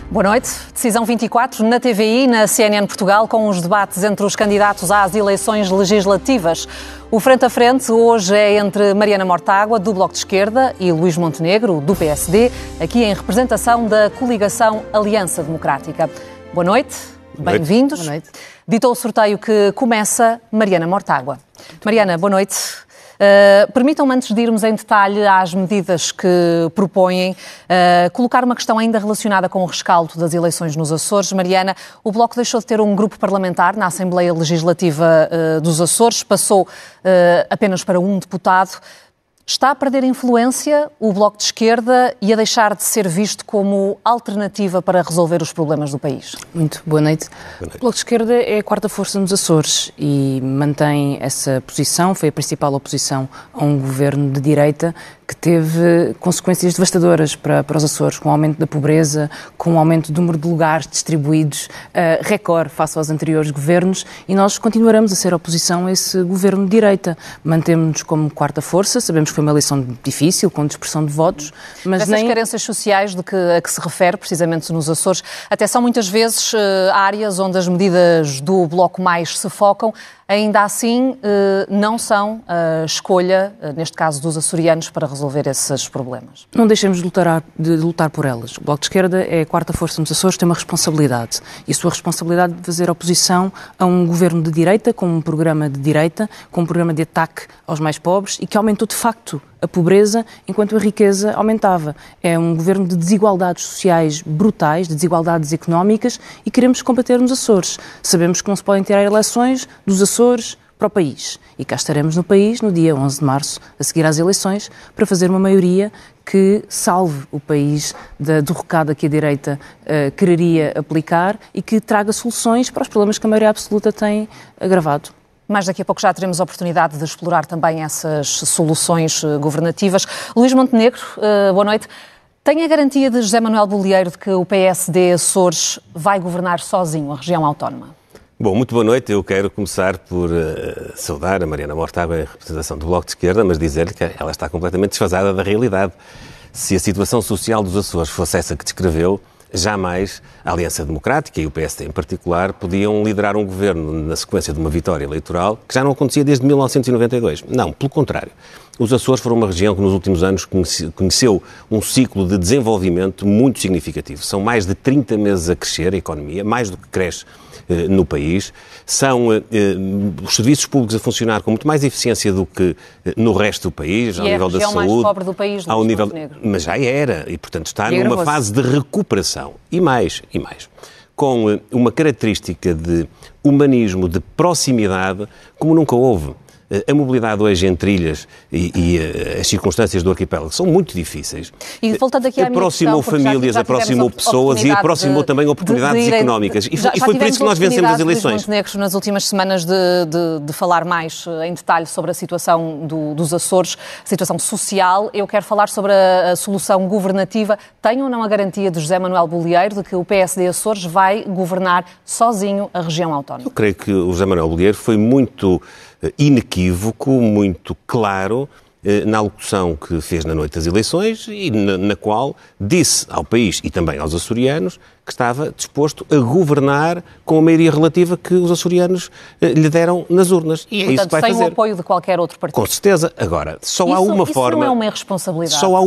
Boa noite. Decisão 24 na TVI, na CNN Portugal, com os debates entre os candidatos às eleições legislativas. O frente a frente hoje é entre Mariana Mortágua, do Bloco de Esquerda, e Luís Montenegro, do PSD, aqui em representação da coligação Aliança Democrática. Boa noite, bem-vindos. Boa noite. Dito o sorteio que começa, Mariana Mortágua. Mariana, boa noite. Permitam-me, antes de irmos em detalhe às medidas que propõem, colocar uma questão ainda relacionada com o rescaldo das eleições nos Açores. Mariana, o Bloco deixou de ter um grupo parlamentar na Assembleia Legislativa dos Açores, passou apenas para um deputado. Está a perder influência o Bloco de Esquerda e a deixar de ser visto como alternativa para resolver os problemas do país? Muito boa noite. O Bloco de Esquerda é a quarta força nos Açores e mantém essa posição. Foi a principal oposição a um governo de direita que teve consequências devastadoras para os Açores, com o aumento da pobreza, com o aumento do número de lugares distribuídos, recorde face aos anteriores governos, e nós continuaremos a ser oposição a esse governo de direita. Mantemos-nos como quarta força, sabemos que foi uma eleição difícil, com dispersão de votos, mas essas carências sociais a que se refere, precisamente nos Açores, até são muitas vezes áreas onde as medidas do Bloco mais se focam. Ainda assim, não são a escolha, neste caso dos açorianos, para resolver esses problemas. Não deixemos de lutar por elas. O Bloco de Esquerda é a quarta força nos Açores, tem uma responsabilidade. E a sua responsabilidade de fazer oposição a um governo de direita, com um programa de direita, com um programa de ataque aos mais pobres e que aumentou de facto a pobreza enquanto a riqueza aumentava. É um governo de desigualdades sociais brutais, de desigualdades económicas, e queremos combater nos Açores. Sabemos que não se podem tirar eleições dos Açores para o país. E cá estaremos no país no dia 11 de março, a seguir às eleições, para fazer uma maioria que salve o país da derrocada que a direita quereria aplicar e que traga soluções para os problemas que a maioria absoluta tem agravado. Mas daqui a pouco já teremos a oportunidade de explorar também essas soluções governativas. Luís Montenegro, boa noite. Tem a garantia de José Manuel Bolieiro de que o PSD Açores vai governar sozinho a região autónoma? Bom, muito boa noite. Eu quero começar por saudar a Mariana Mortágua em representação do Bloco de Esquerda, mas dizer-lhe que ela está completamente desfasada da realidade. Se a situação social dos Açores fosse essa que descreveu, jamais a Aliança Democrática e o PSD em particular podiam liderar um governo na sequência de uma vitória eleitoral que já não acontecia desde 1992. Não, pelo contrário. Os Açores foram uma região que nos últimos anos conheceu um ciclo de desenvolvimento muito significativo. São mais de 30 meses a crescer a economia, mais do que cresce no país. São os serviços públicos a funcionar com muito mais eficiência do que no resto do país, ao nível da saúde. É a região mais pobre do país, ao nível, mas já era, e portanto está numa fase de recuperação. E mais, com uma característica de humanismo, de proximidade, como nunca houve. A mobilidade hoje entre ilhas e as circunstâncias do arquipélago são muito difíceis. E voltando aqui à minha aproximou questão, famílias, aproximou pessoas e aproximou também oportunidades económicas. E foi por isso que nós vencemos as eleições. Montenegro, nas últimas semanas de falar mais em detalhe sobre a situação dos Açores, a situação social. Eu quero falar sobre a solução governativa. Tem ou não a garantia de José Manuel Bolieiro de que o PSD Açores vai governar sozinho a região autónoma? Eu creio que o José Manuel Bolieiro foi muito inequívoco, muito claro na alocução que fez na noite das eleições e na qual disse ao país e também aos açorianos que estava disposto a governar com a maioria relativa que os açorianos lhe deram nas urnas. E é isso que vai fazer. Sem o apoio de qualquer outro partido. Com certeza. Agora, só há uma forma... Isso não é uma irresponsabilidade. Só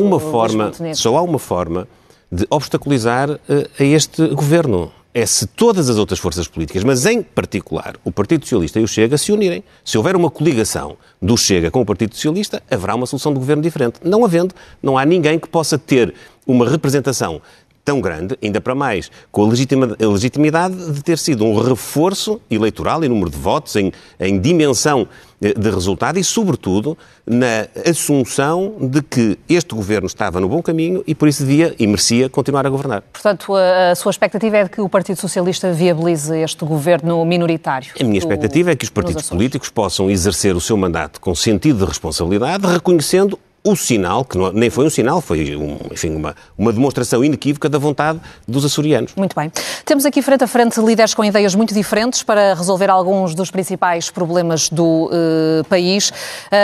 há uma forma de obstaculizar a este governo. É se todas as outras forças políticas, mas em particular o Partido Socialista e o Chega, se unirem. Se houver uma coligação do Chega com o Partido Socialista, haverá uma solução de governo diferente. Não havendo, não há ninguém que possa ter uma representação tão grande, ainda para mais, com a legitimidade de ter sido um reforço eleitoral em número de votos, em dimensão de resultado e, sobretudo, na assunção de que este governo estava no bom caminho e, por isso, devia e merecia continuar a governar. Portanto, a sua expectativa é de que o Partido Socialista viabilize este governo minoritário? A minha expectativa é que os partidos políticos possam exercer o seu mandato com sentido de responsabilidade, reconhecendo o sinal, que nem foi um sinal, foi uma demonstração inequívoca da vontade dos açorianos. Muito bem. Temos aqui frente a frente líderes com ideias muito diferentes para resolver alguns dos principais problemas do país.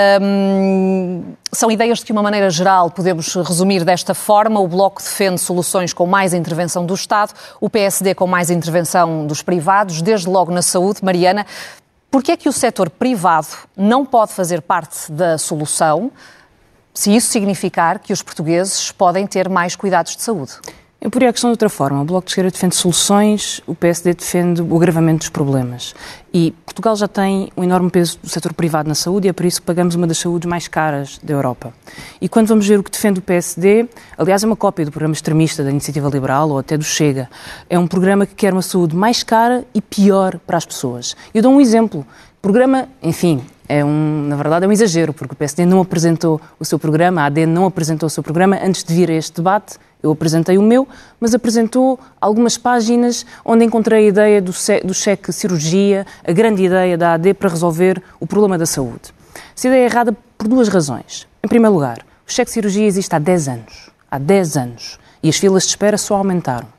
São ideias de que, de uma maneira geral, podemos resumir desta forma. O Bloco defende soluções com mais intervenção do Estado, o PSD com mais intervenção dos privados, desde logo na saúde. Mariana, porquê é que o setor privado não pode fazer parte da solução, se isso significar que os portugueses podem ter mais cuidados de saúde? Eu poria a questão de outra forma. O Bloco de Esquerda defende soluções, o PSD defende o agravamento dos problemas. E Portugal já tem um enorme peso do setor privado na saúde e é por isso que pagamos uma das saúdes mais caras da Europa. E quando vamos ver o que defende o PSD, aliás é uma cópia do programa extremista da Iniciativa Liberal ou até do Chega, é um programa que quer uma saúde mais cara e pior para as pessoas. Eu dou um exemplo. O programa, enfim, na verdade é um exagero, porque o PSD não apresentou o seu programa, a AD não apresentou o seu programa antes de vir a este debate. Eu apresentei o meu, mas apresentou algumas páginas onde encontrei a ideia do cheque cirurgia, a grande ideia da AD para resolver o problema da saúde. Essa ideia é errada por duas razões. Em primeiro lugar, o cheque cirurgia existe há 10 anos. Há 10 anos. E as filas de espera só aumentaram.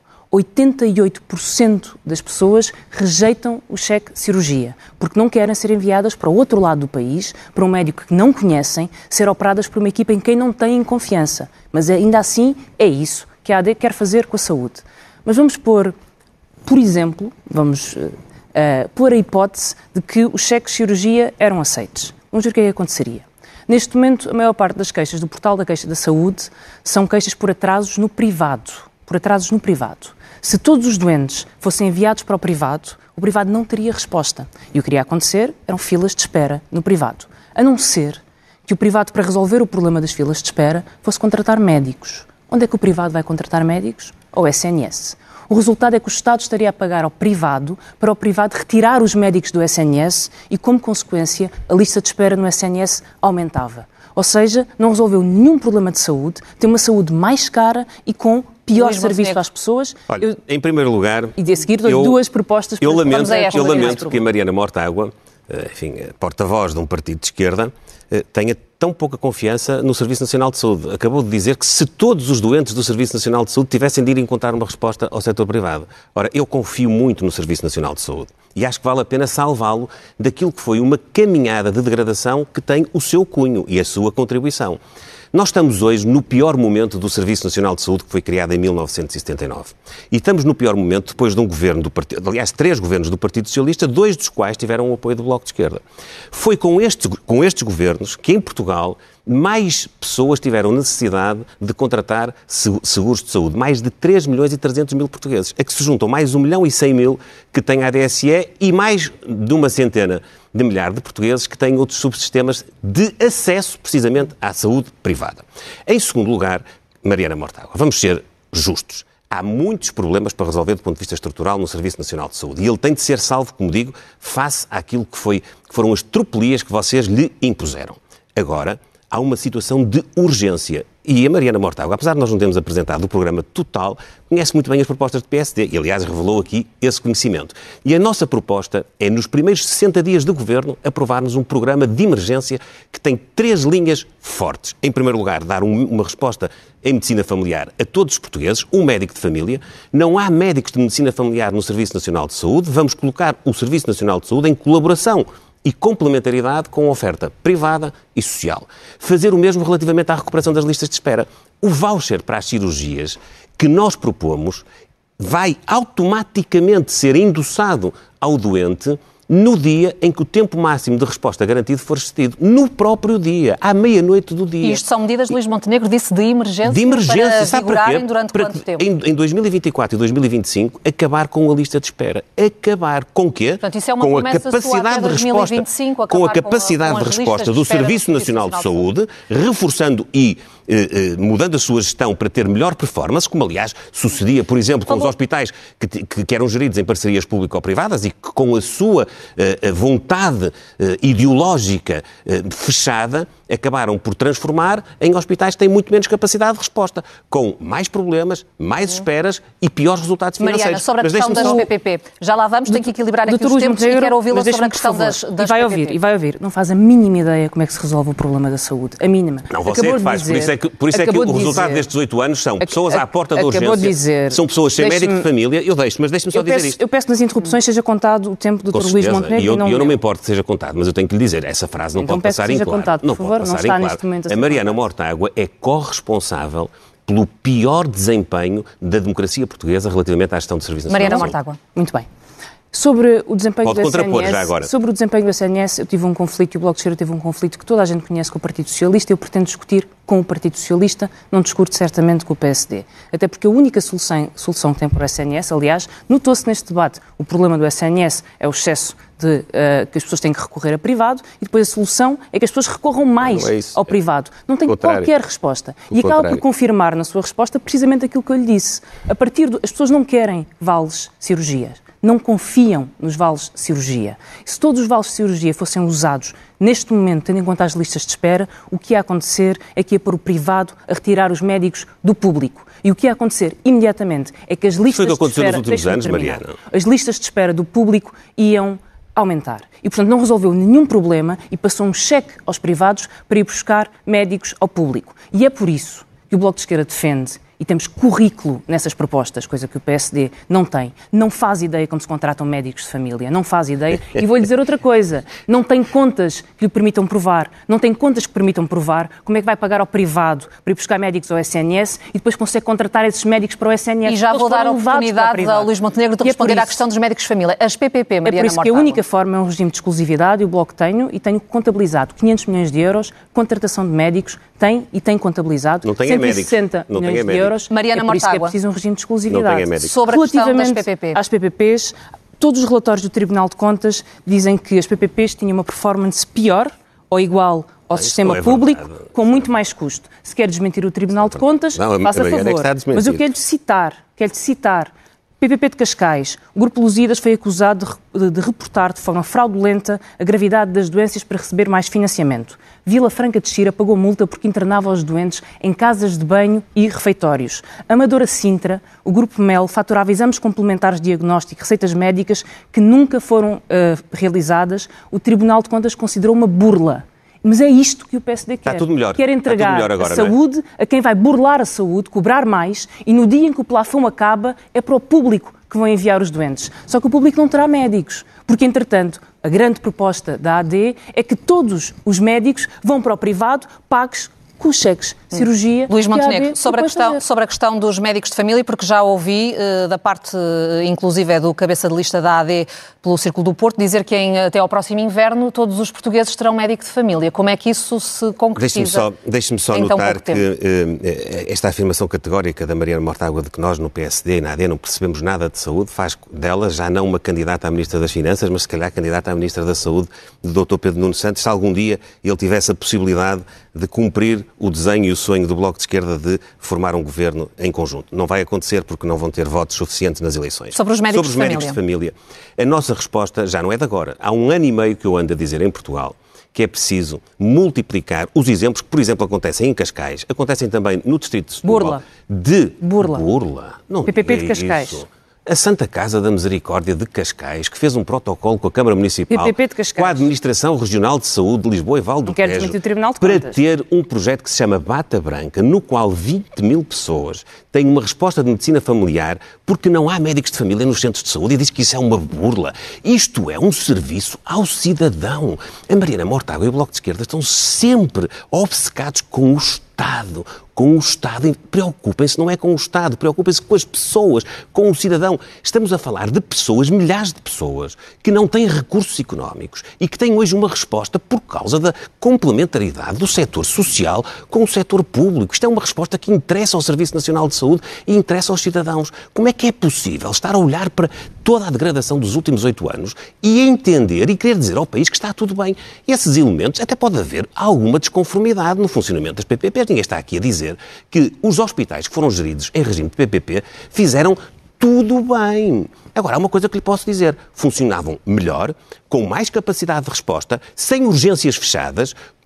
88% das pessoas rejeitam o cheque cirurgia, porque não querem ser enviadas para o outro lado do país, para um médico que não conhecem, ser operadas por uma equipa em quem não têm confiança. Mas ainda assim é isso que a AD quer fazer com a saúde. Mas vamos pôr, por exemplo, pôr a hipótese de que os cheques cirurgia eram aceitos. Vamos ver o que é que aconteceria. Neste momento, a maior parte das queixas do portal da queixa da saúde são queixas por atrasos no privado. Se todos os doentes fossem enviados para o privado não teria resposta. E o que iria acontecer eram filas de espera no privado. A não ser que o privado, para resolver o problema das filas de espera, fosse contratar médicos. Onde é que o privado vai contratar médicos? Ao SNS. O resultado é que o Estado estaria a pagar ao privado para o privado retirar os médicos do SNS e, como consequência, a lista de espera no SNS aumentava. Ou seja, não resolveu nenhum problema de saúde, tem uma saúde mais cara e com pior serviço para as pessoas. Olha, em primeiro lugar... E a seguir dou duas propostas... Eu lamento que a Mariana Mortágua, porta-voz de um partido de esquerda, tenha tão pouca confiança no Serviço Nacional de Saúde. Acabou de dizer que se todos os doentes do Serviço Nacional de Saúde tivessem de ir encontrar uma resposta ao setor privado. Ora, eu confio muito no Serviço Nacional de Saúde e acho que vale a pena salvá-lo daquilo que foi uma caminhada de degradação que tem o seu cunho e a sua contribuição. Nós estamos hoje no pior momento do Serviço Nacional de Saúde, que foi criado em 1979. E estamos no pior momento depois de um governo do Partido... Aliás, 3 governos do Partido Socialista, 2 dos quais tiveram o apoio do Bloco de Esquerda. Foi com estes governos que, em Portugal, mais pessoas tiveram necessidade de contratar seguros de saúde. Mais de 3 milhões e 300 mil portugueses. A que se juntam mais 1 milhão e 100 mil que têm a ADSE e mais de uma centena de milhares de portugueses que têm outros subsistemas de acesso, precisamente, à saúde privada. Em segundo lugar, Mariana Mortágua, vamos ser justos. Há muitos problemas para resolver do ponto de vista estrutural no Serviço Nacional de Saúde. E ele tem de ser salvo, como digo, face àquilo que foram as tropelias que vocês lhe impuseram. Agora, há uma situação de urgência. E a Mariana Mortágua, apesar de nós não termos apresentado o programa total, conhece muito bem as propostas do PSD e, aliás, revelou aqui esse conhecimento. E a nossa proposta é, nos primeiros 60 dias de governo, aprovarmos um programa de emergência que tem 3 linhas fortes. Em primeiro lugar, dar uma resposta em medicina familiar a todos os portugueses, um médico de família. Não há médicos de medicina familiar no Serviço Nacional de Saúde. Vamos colocar o Serviço Nacional de Saúde em colaboração e complementaridade com a oferta privada e social. Fazer o mesmo relativamente à recuperação das listas de espera. O voucher para as cirurgias que nós propomos vai automaticamente ser endossado ao doente no dia em que o tempo máximo de resposta garantido for excedido. No próprio dia, à meia-noite do dia. E isto são medidas de Luís Montenegro, disse de emergência para vigorarem durante quanto tempo? Em 2024 e 2025, acabar com a lista de espera. Acabar com o quê? Portanto, isso é uma com a capacidade de resposta, com a capacidade de resposta do Serviço Nacional de Saúde, reforçando e mudando a sua gestão para ter melhor performance, como aliás sucedia, por exemplo, com os hospitais que eram geridos em parcerias público-privadas e que com a sua vontade ideológica fechada acabaram por transformar em hospitais que têm muito menos capacidade de resposta, com mais problemas, mais esperas e piores resultados financeiros. Mariana, sobre a questão das PPP, já lá vamos, tem que equilibrar aqui os tempos e quero ouvi-la sobre a questão das PPP. E vai ouvir, não faz a mínima ideia como é que se resolve o problema da saúde, a mínima. Não, você é que faz, por isso é que o resultado destes 8 anos são pessoas à porta da urgência, são pessoas sem médico de família, mas deixe-me só dizer isto. Eu peço que nas interrupções seja contado o tempo do Dr. Luís Montenegro e eu não me importo que seja contado, mas eu tenho que lhe dizer, essa frase não pode passar em claro. Não pode passar em claro. A Mariana Mortágua é corresponsável pelo pior desempenho da democracia portuguesa relativamente à gestão de serviços nacionais. Mariana Mortágua. Muito bem. Sobre o desempenho do SNS, já agora. Sobre o desempenho do SNS, eu tive um conflito, e o Bloco de Esquerda teve um conflito que toda a gente conhece com o Partido Socialista, eu pretendo discutir com o Partido Socialista, não discuto certamente com o PSD. Até porque a única solução que tem para o SNS, aliás, notou-se neste debate, o problema do SNS é o excesso que as pessoas têm que recorrer a privado e depois a solução é que as pessoas recorram mais ao privado. Não tem qualquer resposta. E acaba por confirmar na sua resposta precisamente aquilo que eu lhe disse. As pessoas não querem vales cirurgias. Não confiam nos vales de cirurgia. Se todos os vales de cirurgia fossem usados neste momento, tendo em conta as listas de espera, o que ia acontecer é que ia pôr o privado a retirar os médicos do público. E o que ia acontecer imediatamente é que as listas de espera... nos últimos anos, Mariana. As listas de espera do público iam aumentar. E, portanto, não resolveu nenhum problema e passou um cheque aos privados para ir buscar médicos ao público. E é por isso que o Bloco de Esquerda defende, e temos currículo nessas propostas, coisa que o PSD não tem, não faz ideia como se contratam médicos de família, não faz ideia, e vou-lhe dizer outra coisa, não tem contas que lhe permitam provar, não tem contas que permitam provar como é que vai pagar ao privado para ir buscar médicos ao SNS e depois consegue contratar esses médicos para o SNS. E já vou dar a oportunidade ao Luís Montenegro de responder à questão dos médicos de família. As PPP, Mariana Mortágua. É por isso que a única forma é um regime de exclusividade, e o Bloco e tenho contabilizado 500 milhões de euros, contratação de médicos, tem contabilizado, 160 milhões de euros. Mariana Mortágua. É por isso que é preciso um regime de exclusividade. Sobre a questão das PPP. Às PPPs, todos os relatórios do Tribunal de Contas dizem que as PPPs tinham uma performance pior ou igual ao sistema público, com muito mais custo. Se quer desmentir o Tribunal de Contas, faça favor. Mas eu quero-lhe citar PPP de Cascais. O Grupo Lusíadas foi acusado de reportar de forma fraudulenta a gravidade das doenças para receber mais financiamento. Vila Franca de Xira pagou multa porque internava os doentes em casas de banho e refeitórios. Amadora Sintra, o Grupo Mel faturava exames complementares de diagnóstico e receitas médicas que nunca foram realizadas. O Tribunal de Contas considerou uma burla. Mas é isto que o PSD quer. Está tudo melhor. Quer entregar agora, a saúde a quem vai burlar a saúde, cobrar mais, e no dia em que o plafond acaba é para o público que vão enviar os doentes. Só que o público não terá médicos, porque, entretanto, a grande proposta da AD é que todos os médicos vão para o privado, pagos com os cheques de cirurgia. Luís Montenegro, sobre a questão dos médicos de família, porque já ouvi da parte, inclusive, do cabeça de lista da AD pelo Círculo do Porto, dizer que até ao próximo inverno todos os portugueses terão médico de família. Como é que isso se concretiza? Deixe-me só notar que esta afirmação categórica da Mariana Mortágua de que nós no PSD e na AD não percebemos nada de saúde faz dela já não uma candidata à Ministra das Finanças, mas se calhar candidata à Ministra da Saúde, do Dr. Pedro Nuno Santos, se algum dia ele tivesse a possibilidade de cumprir o desenho e o sonho do Bloco de Esquerda de formar um governo em conjunto. Não vai acontecer porque não vão ter votos suficientes nas eleições. Sobre os médicos de família. A nossa resposta já não é de agora. Há 1 ano e meio que eu ando a dizer em Portugal que é preciso multiplicar os exemplos que, por exemplo, acontecem em Cascais, acontecem também no Distrito de Setúbal. Burla. Não PPP de Cascais. Isso. A Santa Casa da Misericórdia de Cascais, que fez um protocolo com a Câmara Municipal, com a Administração Regional de Saúde de Lisboa e Vale do Tejo, para ter um projeto que se chama Bata Branca, no qual 20 mil pessoas têm uma resposta de medicina familiar porque não há médicos de família nos centros de saúde, e diz que isso é uma burla. Isto é um serviço ao cidadão. A Mariana Mortágua e o Bloco de Esquerda estão sempre obcecados com o Estado. Com o Estado, preocupem-se, não é com o Estado, preocupem-se com as pessoas, com o cidadão. Estamos a falar de pessoas, milhares de pessoas, que não têm recursos económicos e que têm hoje uma resposta por causa da complementaridade do setor social com o setor público. Isto é uma resposta que interessa ao Serviço Nacional de Saúde e interessa aos cidadãos. Como é que é possível estar a olhar para toda a degradação dos últimos 8 anos e entender e querer dizer ao país que está tudo bem? E esses elementos, até pode haver alguma desconformidade no funcionamento das PPPs. Ninguém está aqui a dizer que os hospitais que foram geridos em regime de PPP fizeram tudo bem. Agora, há uma coisa que lhe posso dizer. Funcionavam melhor, com mais capacidade de resposta, sem urgências fechadas,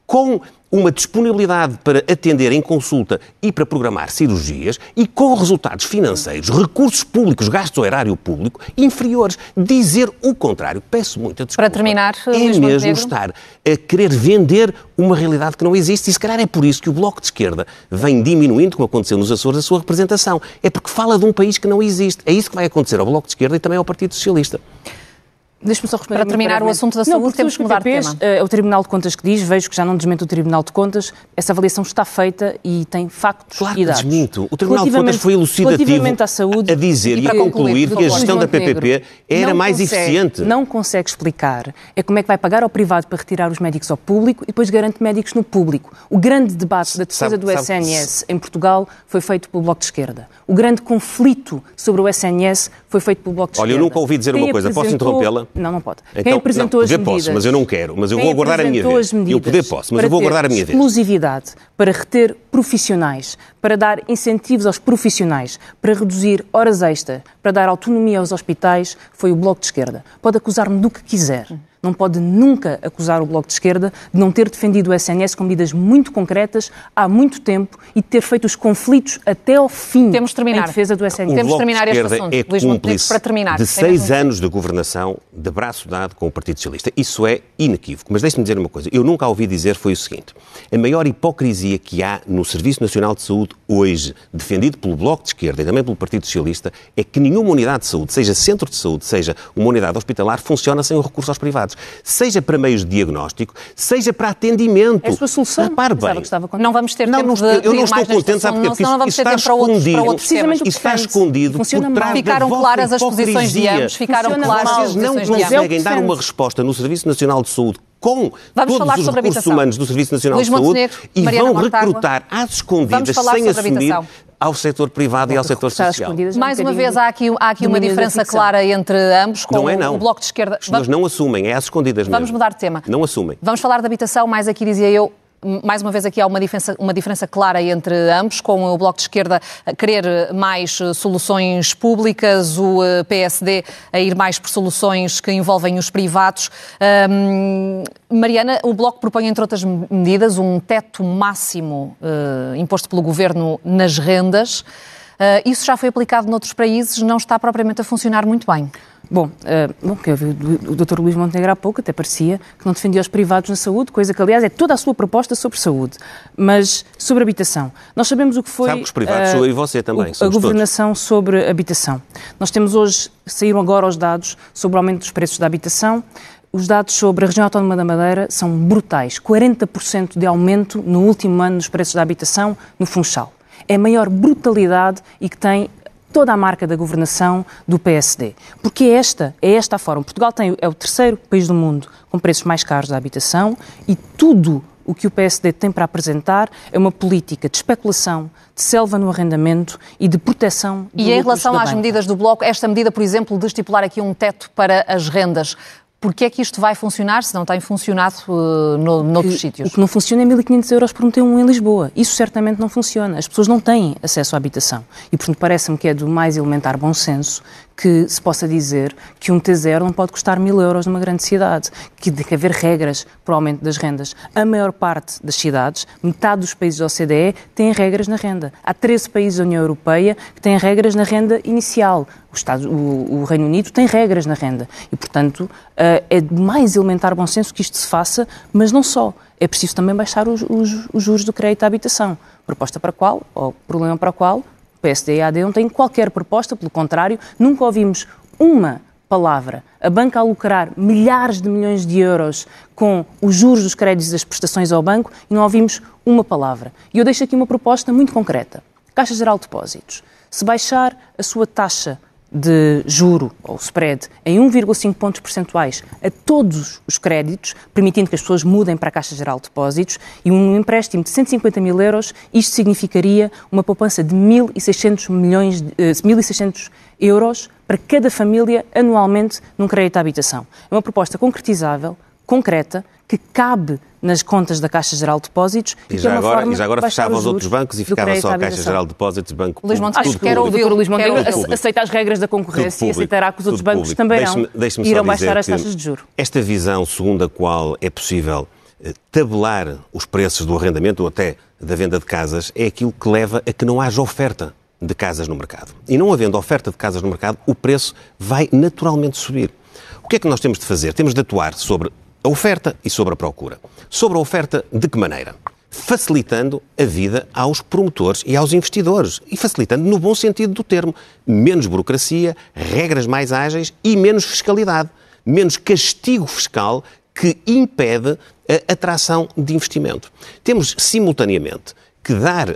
com uma disponibilidade para atender em consulta e para programar cirurgias e com resultados financeiros, recursos públicos, gasto ao erário público, inferiores. Dizer o contrário, peço muita desculpa. Para terminar, é Luís mesmo Montenegro, estar a querer vender uma realidade que não existe e se calhar é por isso que o Bloco de Esquerda vem diminuindo, como aconteceu nos Açores, a sua representação. É porque fala de um país que não existe. É isso que vai acontecer ao Bloco de Esquerda e também ao Partido Socialista. Deixe-me só responder. Para terminar o assunto da saúde, temos que mudar de tema. É o Tribunal de Contas que diz, vejo que já não desmente o Tribunal de Contas, essa avaliação está feita e tem factos e dados. Desminto. O Tribunal de Contas foi elucidativo à saúde, a dizer e a concluir que a gestão da PPP era mais eficiente. Não consegue explicar como é que vai pagar ao privado para retirar os médicos ao público e depois garante médicos no público. O grande debate da defesa do SNS em Portugal foi feito pelo Bloco de Esquerda. O grande conflito sobre o SNS foi feito pelo Bloco de Esquerda. Olha, eu nunca ouvi dizer uma coisa. Posso interrompê-la? Não pode. Então, Quem apresentou as medidas... Posso, mas eu não quero. Mas eu vou aguardar a minha vez. Eu poder posso, mas eu vou aguardar a minha vez. Exclusividade, para reter profissionais, para dar incentivos aos profissionais, para reduzir horas extras, para dar autonomia aos hospitais, foi o Bloco de Esquerda. Pode acusar-me do que quiser. Não pode nunca acusar o Bloco de Esquerda de não ter defendido o SNS com medidas muito concretas há muito tempo e de ter feito os conflitos até ao fim em defesa do SNS. Temos de terminar este assunto. É Luís Montenegro, para terminar. De 6 anos de governação de braço dado com o Partido Socialista. Isso é inequívoco. Mas deixe-me dizer uma coisa. Eu nunca ouvi dizer foi o seguinte. A maior hipocrisia que há no Serviço Nacional de Saúde hoje, defendido pelo Bloco de Esquerda e também pelo Partido Socialista, é que nenhuma unidade de saúde, seja centro de saúde, seja uma unidade hospitalar, funciona sem o recurso aos privados. Seja para meios de diagnóstico, seja para atendimento. É a sua solução. Repare bem. Não vamos ter tempo de eu não estou contente, sabe porque isso está escondido. Está escondido por trás Ficaram da claras vossa as posições de ambos. Ficaram claras as Vocês não posições de ambos. conseguem dar uma resposta no Serviço Nacional de Saúde com todos os recursos humanos do Serviço Nacional de Saúde e vão recrutar às escondidas, sem assumir, ao setor privado e ao setor social. Mais uma vez, há aqui uma diferença clara entre ambos, com o Bloco de Esquerda. As pessoas não assumem, é às escondidas mesmo. Vamos mudar de tema. Não assumem. Vamos falar de habitação, mais aqui dizia eu. Mais uma vez aqui há uma diferença clara entre ambos, com o Bloco de Esquerda a querer mais soluções públicas, o PSD a ir mais por soluções que envolvem os privados. Mariana, o Bloco propõe, entre outras medidas, um teto máximo imposto pelo Governo nas rendas. Isso já foi aplicado noutros países, não está propriamente a funcionar muito bem. Bom, que eu vi o Dr. Luís Montenegro há pouco, até parecia que não defendia os privados na saúde, coisa que, aliás, é toda a sua proposta sobre saúde. Mas sobre habitação, nós sabemos o que foi... Sabe que os privados sou eu e você também, a governação sobre habitação. Nós temos hoje, saíram agora os dados sobre o aumento dos preços da habitação. Os dados sobre a região autónoma da Madeira são brutais. 40% de aumento no último ano dos preços da habitação no Funchal. É a maior brutalidade e que tem toda a marca da governação do PSD. Porque é esta a forma. Portugal é o terceiro país do mundo com preços mais caros da habitação e tudo o que o PSD tem para apresentar é uma política de especulação, de selva no arrendamento e de proteção do lucros da banca. E em relação às medidas do Bloco, esta medida, por exemplo, de estipular aqui um teto para as rendas, porquê é que isto vai funcionar se não tem funcionado noutros sítios? O que não funciona é 1.500 euros por um em Lisboa. Isso certamente não funciona. As pessoas não têm acesso à habitação. E, portanto, parece-me que é do mais elementar bom senso que se possa dizer que um T0 não pode custar 1.000 euros numa grande cidade, que tem que haver regras para o aumento das rendas. A maior parte das cidades, metade dos países da OCDE, têm regras na renda. Há 13 países da União Europeia que têm regras na renda inicial. O Reino Unido tem regras na renda. E, portanto, é de mais elementar bom senso que isto se faça, mas não só. É preciso também baixar os juros do crédito à habitação. Proposta para qual, ou problema para qual, o PSD e a AD não têm qualquer proposta, pelo contrário, nunca ouvimos uma palavra. A banca a lucrar milhares de milhões de euros com os juros dos créditos e das prestações ao banco e não ouvimos uma palavra. E eu deixo aqui uma proposta muito concreta. Caixa Geral de Depósitos. Se baixar a sua taxa de juro, ou spread, em 1,5 pontos percentuais a todos os créditos, permitindo que as pessoas mudem para a Caixa Geral de Depósitos, e um empréstimo de 150 mil euros, isto significaria uma poupança de 1.600 euros para cada família anualmente num crédito à habitação. É uma proposta concretizável, concreta, que cabe nas contas da Caixa Geral de Depósitos. E já agora fechava os outros bancos e ficava só a Caixa Geral de Depósitos, Banco Luís Público. Montenegro, quero ouvir o Luís Montenegro aceita as regras da concorrência e aceitará que os outros bancos também irão baixar as taxas de juros. Esta visão segundo a qual é possível tabelar os preços do arrendamento ou até da venda de casas é aquilo que leva a que não haja oferta de casas no mercado. E não havendo oferta de casas no mercado, o preço vai naturalmente subir. O que é que nós temos de fazer? Temos de atuar sobre a oferta e sobre a procura. Sobre a oferta, de que maneira? Facilitando a vida aos promotores e aos investidores. E facilitando no bom sentido do termo. Menos burocracia, regras mais ágeis e menos fiscalidade. Menos castigo fiscal que impede a atração de investimento. Temos, simultaneamente, que dar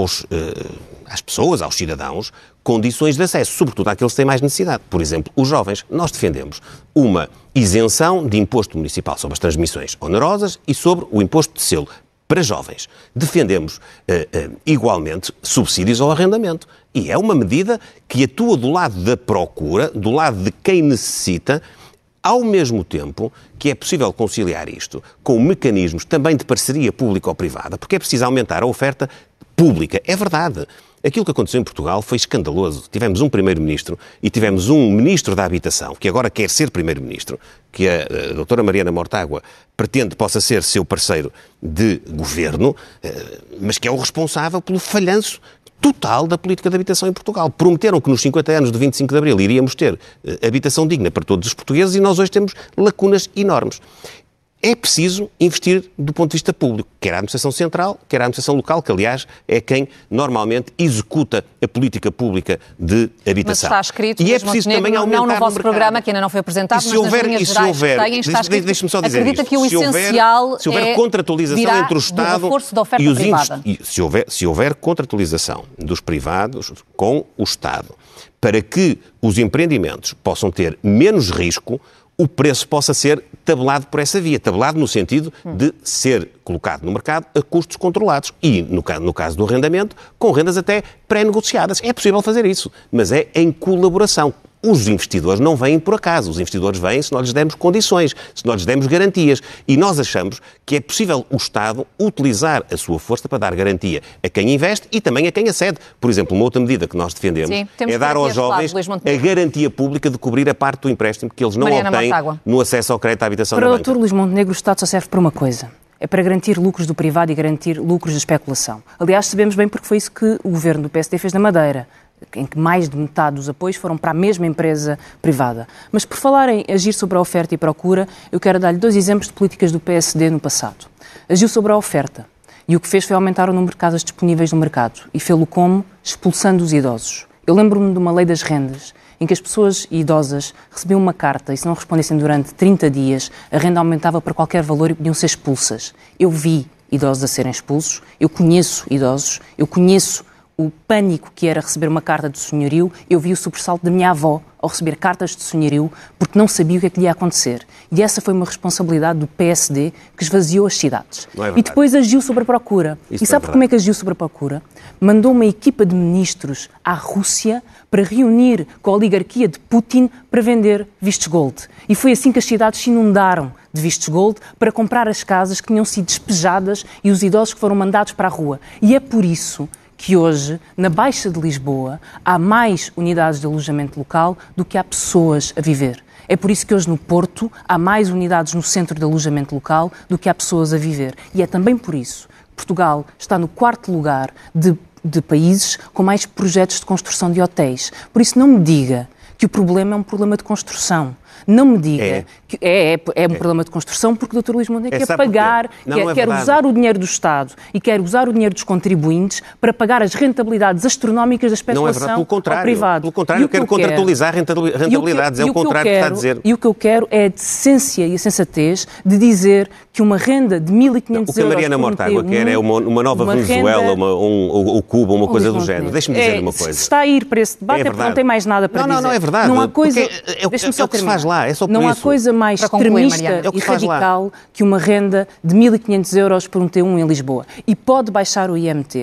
às pessoas, aos cidadãos, condições de acesso, sobretudo àqueles que têm mais necessidade. Por exemplo, os jovens. Nós defendemos uma isenção de imposto municipal sobre as transmissões onerosas e sobre o imposto de selo para jovens. Defendemos, igualmente, subsídios ao arrendamento. E é uma medida que atua do lado da procura, do lado de quem necessita, ao mesmo tempo que é possível conciliar isto com mecanismos também de parceria público-privada, porque é preciso aumentar a oferta pública. É verdade. Aquilo que aconteceu em Portugal foi escandaloso. Tivemos um primeiro-ministro e tivemos um ministro da Habitação, que agora quer ser primeiro-ministro, que a doutora Mariana Mortágua pretende possa ser seu parceiro de governo, mas que é o responsável pelo falhanço total da política de habitação em Portugal. Prometeram que nos 50 anos do 25 de Abril iríamos ter habitação digna para todos os portugueses e nós hoje temos lacunas enormes. É preciso investir do ponto de vista público, quer a administração central, quer a administração local, que aliás é quem normalmente executa a política pública de habitação. Mas está escrito, e é preciso também aumentar não no vosso mercado. programa, que ainda não foi apresentado, mas nas linhas gerais que têm, está escrito, deixe-me só dizer acredita isto. que o essencial se houver contratualização entre o Estado e os privada. Se houver contratualização dos privados com o Estado, para que os empreendimentos possam ter menos risco, o preço possa ser tabelado por essa via. Tabelado no sentido de ser colocado no mercado a custos controlados. E, no caso do arrendamento, com rendas até pré-negociadas. É possível fazer isso, mas é em colaboração. Os investidores não vêm por acaso. Os investidores vêm se nós lhes dermos condições, se nós lhes dermos garantias. E nós achamos que é possível o Estado utilizar a sua força para dar garantia a quem investe e também a quem acede. Por exemplo, uma outra medida que nós defendemos é dar aos jovens a garantia pública de cobrir a parte do empréstimo que eles não obtêm no acesso ao crédito à habitação da banca. Para o Dr. Luís Montenegro, o Estado só serve para uma coisa. É para garantir lucros do privado e garantir lucros da especulação. Aliás, sabemos bem porque foi isso que o governo do PSD fez na Madeira, em que mais de metade dos apoios foram para a mesma empresa privada. Mas por falar em agir sobre a oferta e procura, eu quero dar-lhe 2 exemplos de políticas do PSD no passado. Agiu sobre a oferta e o que fez foi aumentar o número de casas disponíveis no mercado e fê-lo como? Expulsando os idosos. Eu lembro-me de uma lei das rendas em que as pessoas idosas recebiam uma carta e se não respondessem durante 30 dias, a renda aumentava para qualquer valor e podiam ser expulsas. Eu vi idosos a serem expulsos, eu conheço idosos, eu conheço o pânico que era receber uma carta de senhorio, eu vi o sobressalto da minha avó ao receber cartas de senhorio porque não sabia o que é que lhe ia acontecer. E essa foi uma responsabilidade do PSD que esvaziou as cidades. E depois agiu sobre a procura. Isso e sabe como é que agiu sobre a procura? Mandou uma equipa de ministros à Rússia para reunir com a oligarquia de Putin para vender vistos gold. E foi assim que as cidades se inundaram de vistos gold para comprar as casas que tinham sido despejadas e os idosos que foram mandados para a rua. E é por isso que hoje, na Baixa de Lisboa, há mais unidades de alojamento local do que há pessoas a viver. É por isso que hoje no Porto há mais unidades no centro de alojamento local do que há pessoas a viver. E é também por isso que Portugal está no 4º lugar de países com mais projetos de construção de hotéis. Por isso não me diga que o problema é um problema de construção. Não me diga que é um problema de construção porque o Dr. Luís Montenegro quer pagar, quer usar o dinheiro do Estado e quer usar o dinheiro dos contribuintes para pagar as rentabilidades astronómicas da especulação ao privado. Pelo contrário, eu quero contratualizar rentabilidades. É o contrário que está a dizer. E o que eu quero é a decência e a sensatez de dizer que uma renda de 1.500 euros... O que a Mariana Mortágua quer é uma nova Venezuela, ou Cuba, uma coisa do género. Deixe-me dizer uma coisa. Se está a ir para esse debate é porque não tem mais nada para dizer. Não é verdade. Não há coisa... Deixe-me só terminar. Não há coisa mais extremista e radical que uma renda de 1.500 euros por um T1 em Lisboa. E pode baixar o IMT.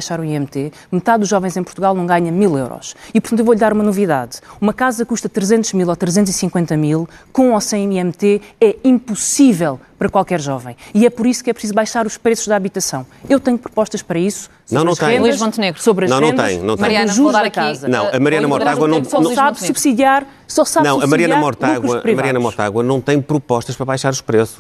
Metade dos jovens em Portugal não ganha 1.000 euros. E, portanto, eu vou-lhe dar uma novidade. Uma casa custa 300 mil ou 350 mil, com ou sem IMT, é impossível para qualquer jovem. E é por isso que é preciso baixar os preços da habitação. Eu tenho propostas para isso. Não tem. Luís Montenegro. Sobre as rendas, não tem. Mariana, juros da aqui, casa. Não, a Mariana Mortágua não sabe subsidiar. Só sabe não, subsidiar a Mariana Mortágua não tem propostas para baixar os preços.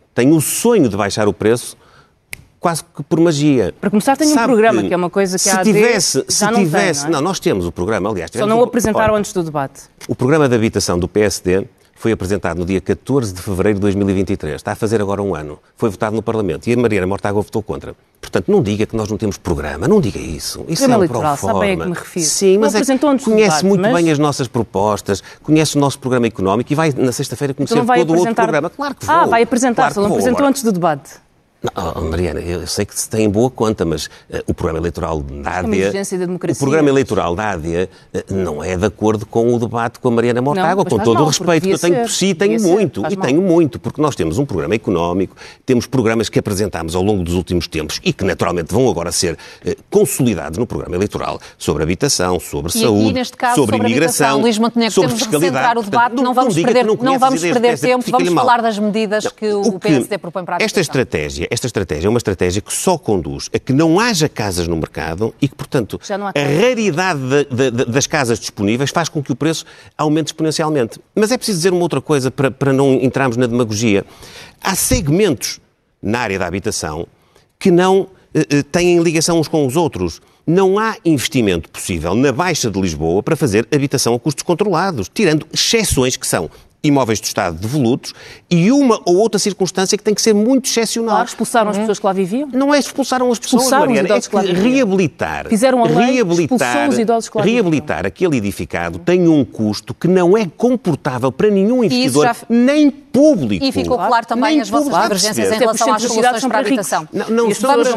tem o sonho de baixar o preço quase que por magia. Para começar, tem um programa, que é uma coisa que a AD já não tem, não é? Não, nós temos o programa, aliás... Só não o apresentaram antes do debate. O programa de habitação do PSD foi apresentado no dia 14 de fevereiro de 2023. Está a fazer agora um ano. Foi votado no Parlamento e a Mariana Mortágua votou contra. Portanto, não diga que nós não temos programa. Não diga isso. Isso é um eleitoral, sabe bem a que me refiro. Sim, mas conhece muito mas... bem as nossas propostas, conhece o nosso programa económico e vai na sexta-feira conhecer todo o outro programa. Claro que vou. Vai apresentar, só não apresentou antes do debate. Não, Mariana, eu sei que se tem boa conta, mas o programa eleitoral da AD... O programa eleitoral da AD não é de acordo com o debate com a Mariana Mortágua, com todo o respeito que eu tenho por si, e tenho muito, porque nós temos um programa económico, temos programas que apresentámos ao longo dos últimos tempos e que naturalmente vão agora ser consolidados no programa eleitoral sobre habitação, sobre saúde, aqui, neste caso, sobre imigração, Luís Montenegro, sobre temos fiscalidade. De recentrar o debate, não vamos perder tempo, vamos falar das medidas que o PSD propõe para a habitação. Esta estratégia é uma estratégia que só conduz a que não haja casas no mercado e que, portanto, a raridade das casas disponíveis faz com que o preço aumente exponencialmente. Mas é preciso dizer uma outra coisa para não entrarmos na demagogia. Há segmentos na área da habitação que não têm ligação uns com os outros. Não há investimento possível na Baixa de Lisboa para fazer habitação a custos controlados, tirando exceções que são imóveis do Estado devolutos e uma ou outra circunstância que tem que ser muito excepcional. Claro, expulsaram as pessoas que lá viviam? Não é expulsaram as pessoas, Mariana, é que reabilitar. Fizeram a lei, expulsou os idosos que lá viviam. Reabilitar aquele edificado tem um custo que não é comportável para nenhum investidor, nem público. E ficou claro também as vossas divergências em relação às soluções para a habitação. Não são as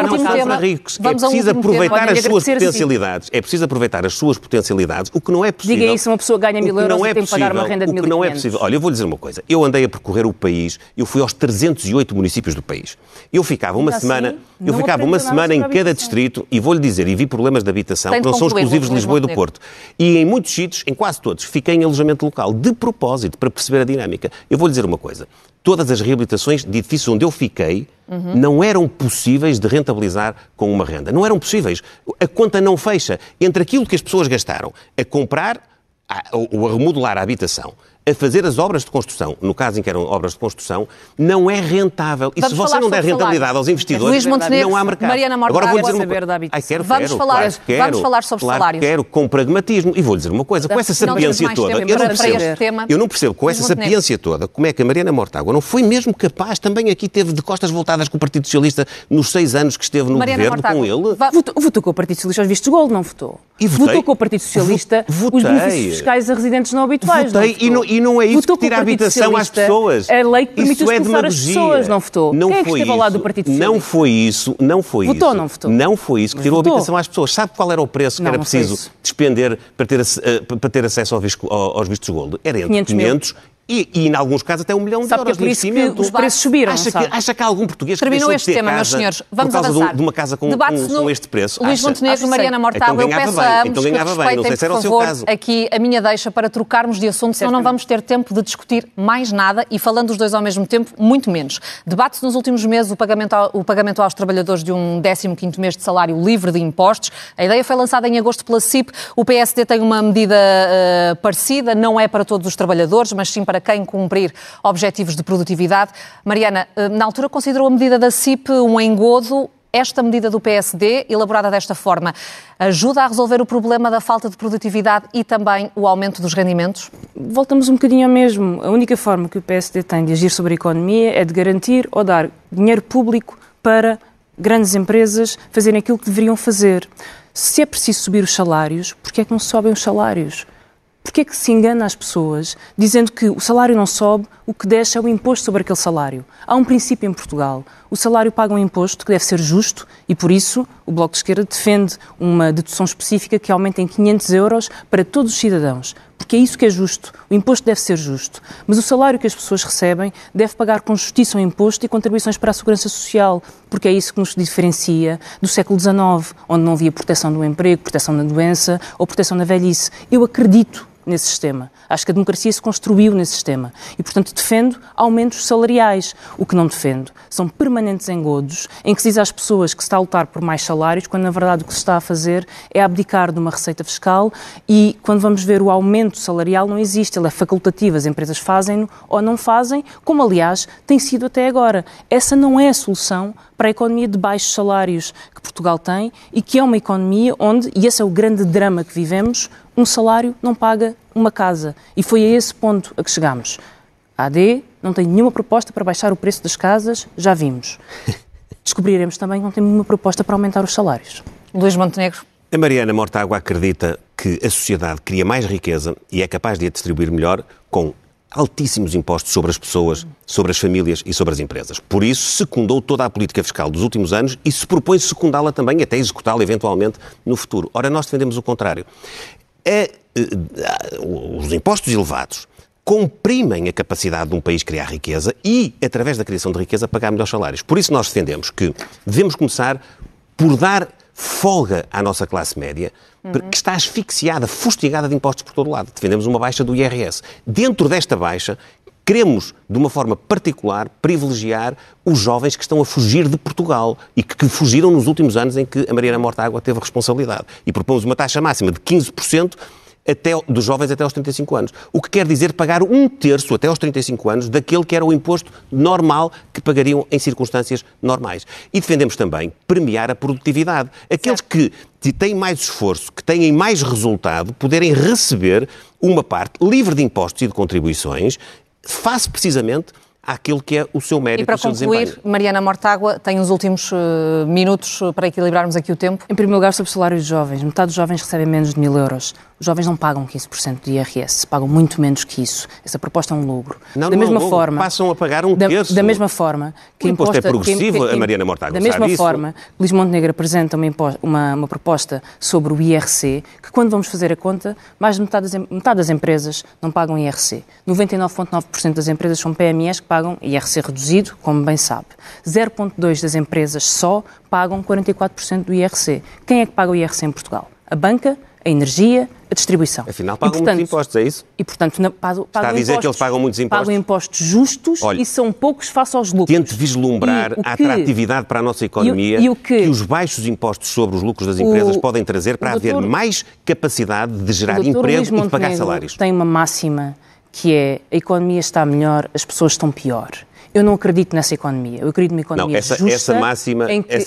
ricos. É preciso aproveitar as suas potencialidades. É preciso aproveitar as suas potencialidades, o que não é possível. Diga isso, uma pessoa ganha 1.000 euros e tem que pagar uma renda de 1.500. É possível. Olha, eu vou dizer uma coisa. Eu andei a percorrer o país, eu fui aos 308 municípios do país. Eu ficava uma semana em cada distrito e vou-lhe dizer, e vi problemas de habitação que não são exclusivos de Lisboa e do Porto. E em muitos sítios, em quase todos, fiquei em alojamento local, de propósito, para perceber a dinâmica. Eu vou-lhe dizer uma coisa. Todas as reabilitações de edifícios onde eu fiquei não eram possíveis de rentabilizar com uma renda. Não eram possíveis. A conta não fecha. Entre aquilo que as pessoas gastaram a comprar ou a remodelar a habitação, a fazer as obras de construção, no caso em que eram obras de construção, não é rentável. E se você não der rentabilidade aos investidores, não há mercado. Mariana Mortágua, agora vou dizer uma coisa. Vamos falar sobre salários. Quero com pragmatismo. E vou dizer uma coisa, com essa sapiência toda, eu não percebo, com essa sapiência toda, como é que a Mariana Mortágua não foi mesmo capaz, também aqui teve de costas voltadas com o Partido Socialista nos 6 anos que esteve no governo com ele. Votou com o Partido Socialista aos vistos gold, não votou? E votou com o Partido Socialista os benefícios fiscais a residentes não habituais. E não é isso que tira a habitação às pessoas. A lei que permite expulsar as pessoas, não votou. Quem é que esteve ao lado do Partido Socialista? Não foi isso. Votou ou não votou? Não foi isso que tirou a habitação às pessoas. Sabe qual era o preço que era preciso despender para ter acesso aos vistos gold? Era entre 500 e, em alguns casos, até 1 milhão de euros de investimento. Que os preços subiram, acha que há algum português que terminou este tema, meus senhores. Vamos por causa avançar. de uma casa com este preço? Luís Montenegro, Mariana Mortágua, eu peço a ambos que respeitem, por favor, aqui a minha deixa para trocarmos de assunto, senão não vamos ter tempo de discutir mais nada e, falando os dois ao mesmo tempo, muito menos. Debate-se nos últimos meses o pagamento aos trabalhadores de um 15º mês de salário livre de impostos. A ideia foi lançada em agosto pela CIP. O PSD tem uma medida parecida, não é para todos os trabalhadores, mas sim para quem cumprir objetivos de produtividade. Mariana, na altura considerou a medida da CIP um engodo. Esta medida do PSD, elaborada desta forma, ajuda a resolver o problema da falta de produtividade e também o aumento dos rendimentos? Voltamos um bocadinho ao mesmo. A única forma que o PSD tem de agir sobre a economia é de garantir ou dar dinheiro público para grandes empresas fazerem aquilo que deveriam fazer. Se é preciso subir os salários, porquê é que não sobem os salários? Porquê é que se engana as pessoas dizendo que o salário não sobe, o que deixa é o imposto sobre aquele salário? Há um princípio em Portugal. O salário paga um imposto que deve ser justo e, por isso, o Bloco de Esquerda defende uma dedução específica que aumente em 500 euros para todos os cidadãos. Porque é isso que é justo. O imposto deve ser justo. Mas o salário que as pessoas recebem deve pagar com justiça o imposto e contribuições para a segurança social, porque é isso que nos diferencia do século XIX, onde não havia proteção do emprego, proteção da doença ou proteção da velhice. Eu acredito nesse sistema. Acho que a democracia se construiu nesse sistema. E, portanto, defendo aumentos salariais. O que não defendo são permanentes engodos em que se diz às pessoas que se está a lutar por mais salários, quando, na verdade, o que se está a fazer é abdicar de uma receita fiscal e, quando vamos ver o aumento salarial, não existe. Ele é facultativo. As empresas fazem-no ou não fazem, como, aliás, tem sido até agora. Essa não é a solução para a economia de baixos salários que Portugal tem e que é uma economia onde, e esse é o grande drama que vivemos, um salário não paga uma casa. E foi a esse ponto a que chegámos. A AD não tem nenhuma proposta para baixar o preço das casas, já vimos. Descobriremos também que não tem nenhuma proposta para aumentar os salários. Luís Montenegro. A Mariana Mortágua acredita que a sociedade cria mais riqueza e é capaz de a distribuir melhor com altíssimos impostos sobre as pessoas, sobre as famílias e sobre as empresas. Por isso, secundou toda a política fiscal dos últimos anos e se propõe secundá-la também, até executá-la eventualmente no futuro. Ora, nós defendemos o contrário. Os impostos elevados comprimem a capacidade de um país criar riqueza e, através da criação de riqueza, pagar melhores salários. Por isso, nós defendemos que devemos começar por dar folga à nossa classe média, que está asfixiada, fustigada de impostos por todo o lado. Defendemos uma baixa do IRS. Dentro desta baixa, queremos, de uma forma particular, privilegiar os jovens que estão a fugir de Portugal e que fugiram nos últimos anos em que a Mariana Mortágua teve a responsabilidade. E propomos uma taxa máxima de 15% dos jovens até aos 35 anos. O que quer dizer pagar 1/3 até aos 35 anos daquele que era o imposto normal que pagariam em circunstâncias normais. E defendemos também premiar a produtividade. Aqueles que têm mais esforço, que têm mais resultado, poderem receber uma parte livre de impostos e de contribuições, face precisamente àquilo que é o seu mérito e para e o seu concluir, desempenho. Mariana Mortágua, tem os últimos minutos para equilibrarmos aqui o tempo. Em primeiro lugar, sobre o salário dos jovens. Metade dos jovens recebem menos de 1.000 euros. Os jovens não pagam 15% de IRS, pagam muito menos que isso. Essa proposta é um logro. Não, da mesma forma, passam a pagar 1/3. Da mesma forma que o imposto é progressivo, a Mariana Mortágua da mesma sabe forma, Luís Montenegro apresenta uma proposta sobre o IRC, que quando vamos fazer a conta, mais de metade das empresas não pagam IRC. 99,9% das empresas são PMEs que pagam IRC reduzido, como bem sabe. 0,2% das empresas só pagam 44% do IRC. Quem é que paga o IRC em Portugal? A banca, a energia, a distribuição. Afinal, pagam muitos impostos, é isso? E, portanto, pagam Está a dizer impostos, que eles pagam muitos impostos? Pagam impostos justos. Olha, e são poucos face aos lucros. Tente vislumbrar a atratividade para a nossa economia que os baixos impostos sobre os lucros das empresas podem trazer para haver mais capacidade de gerar emprego e de pagar salários. Tem uma máxima que é: a economia está melhor, as pessoas estão pior. Eu não acredito nessa economia. Eu acredito numa economia justa. Essa máxima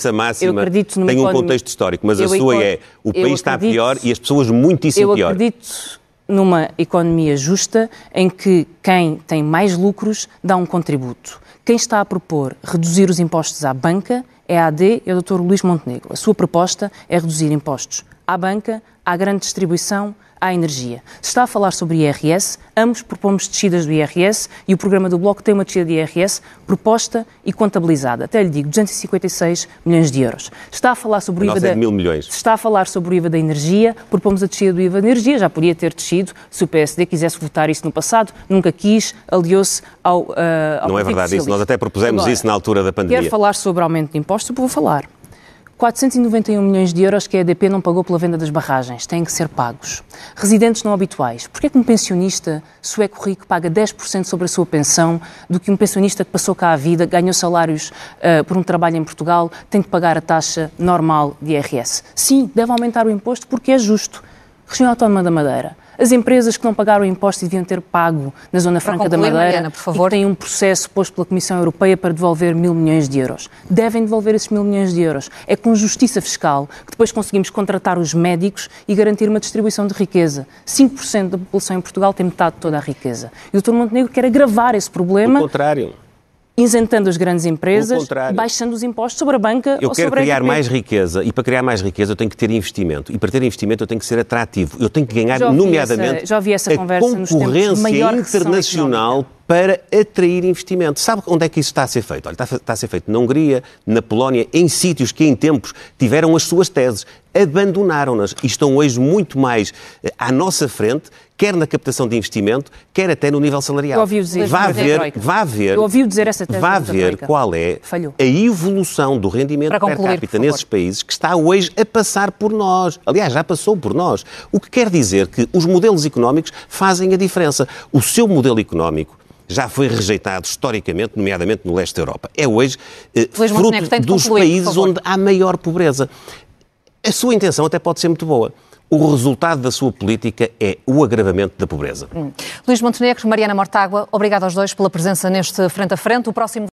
tem um contexto histórico, mas a sua é: o país está pior e as pessoas muitíssimo pior. Eu acredito numa economia justa em que quem tem mais lucros dá um contributo. Quem está a propor reduzir os impostos à banca é a AD e o Dr. Luís Montenegro. A sua proposta é reduzir impostos à banca, à grande distribuição, à energia. Se está a falar sobre IRS, ambos propomos descidas do IRS e o programa do Bloco tem uma descida de IRS proposta e contabilizada. Até lhe digo, 256 milhões de euros. Está a falar sobre o IVA de 1.000 milhões. Se está a falar sobre o IVA da energia, propomos a descida do IVA da energia. Já podia ter descido se o PSD quisesse votar isso no passado. Nunca quis, aliou-se ao Não é verdade isso. Nós até propusemos isso na altura da pandemia. Quer falar sobre aumento de impostos? Eu vou falar. 491 milhões de euros que a EDP não pagou pela venda das barragens. Têm que ser pagos. Residentes não habituais. Porquê é que um pensionista sueco rico paga 10% sobre a sua pensão do que um pensionista que passou cá a vida, ganhou salários por um trabalho em Portugal, tem que pagar a taxa normal de IRS? Sim, deve aumentar o imposto porque é justo. Região Autónoma da Madeira. As empresas que não pagaram impostos deviam ter pago na Zona Franca da Madeira, Mariana, por favor. E têm um processo posto pela Comissão Europeia para devolver 1.000 milhões de euros. Devem devolver esses 1.000 milhões de euros. É com justiça fiscal que depois conseguimos contratar os médicos e garantir uma distribuição de riqueza. 5% da população em Portugal tem metade de toda a riqueza. E o Dr. Montenegro quer agravar esse problema. Ao contrário. Isentando as grandes empresas, baixando os impostos sobre a banca ou sobre a Eu quero criar mais riqueza e para criar mais riqueza eu tenho que ter investimento. E para ter investimento eu tenho que ser atrativo. Eu tenho que ganhar, nomeadamente, a concorrência internacional para atrair investimento. Sabe onde é que isso está a ser feito? Olha, está a ser feito na Hungria, na Polónia, em sítios que em tempos tiveram as suas teses, abandonaram-nas e estão hoje muito mais à nossa frente, quer na captação de investimento, quer até no nível salarial. Eu ouvi dizer essa tese. Vá ver qual é falhou. A evolução do rendimento per capita nesses países que está hoje a passar por nós. Aliás, já passou por nós. O que quer dizer que os modelos económicos fazem a diferença. O seu modelo económico já foi rejeitado historicamente, nomeadamente no leste da Europa. É hoje fruto dos países onde há maior pobreza. A sua intenção até pode ser muito boa. O resultado da sua política é o agravamento da pobreza. Luís Montenegro, Mariana Mortágua, obrigado aos dois pela presença neste Frente a Frente. O próximo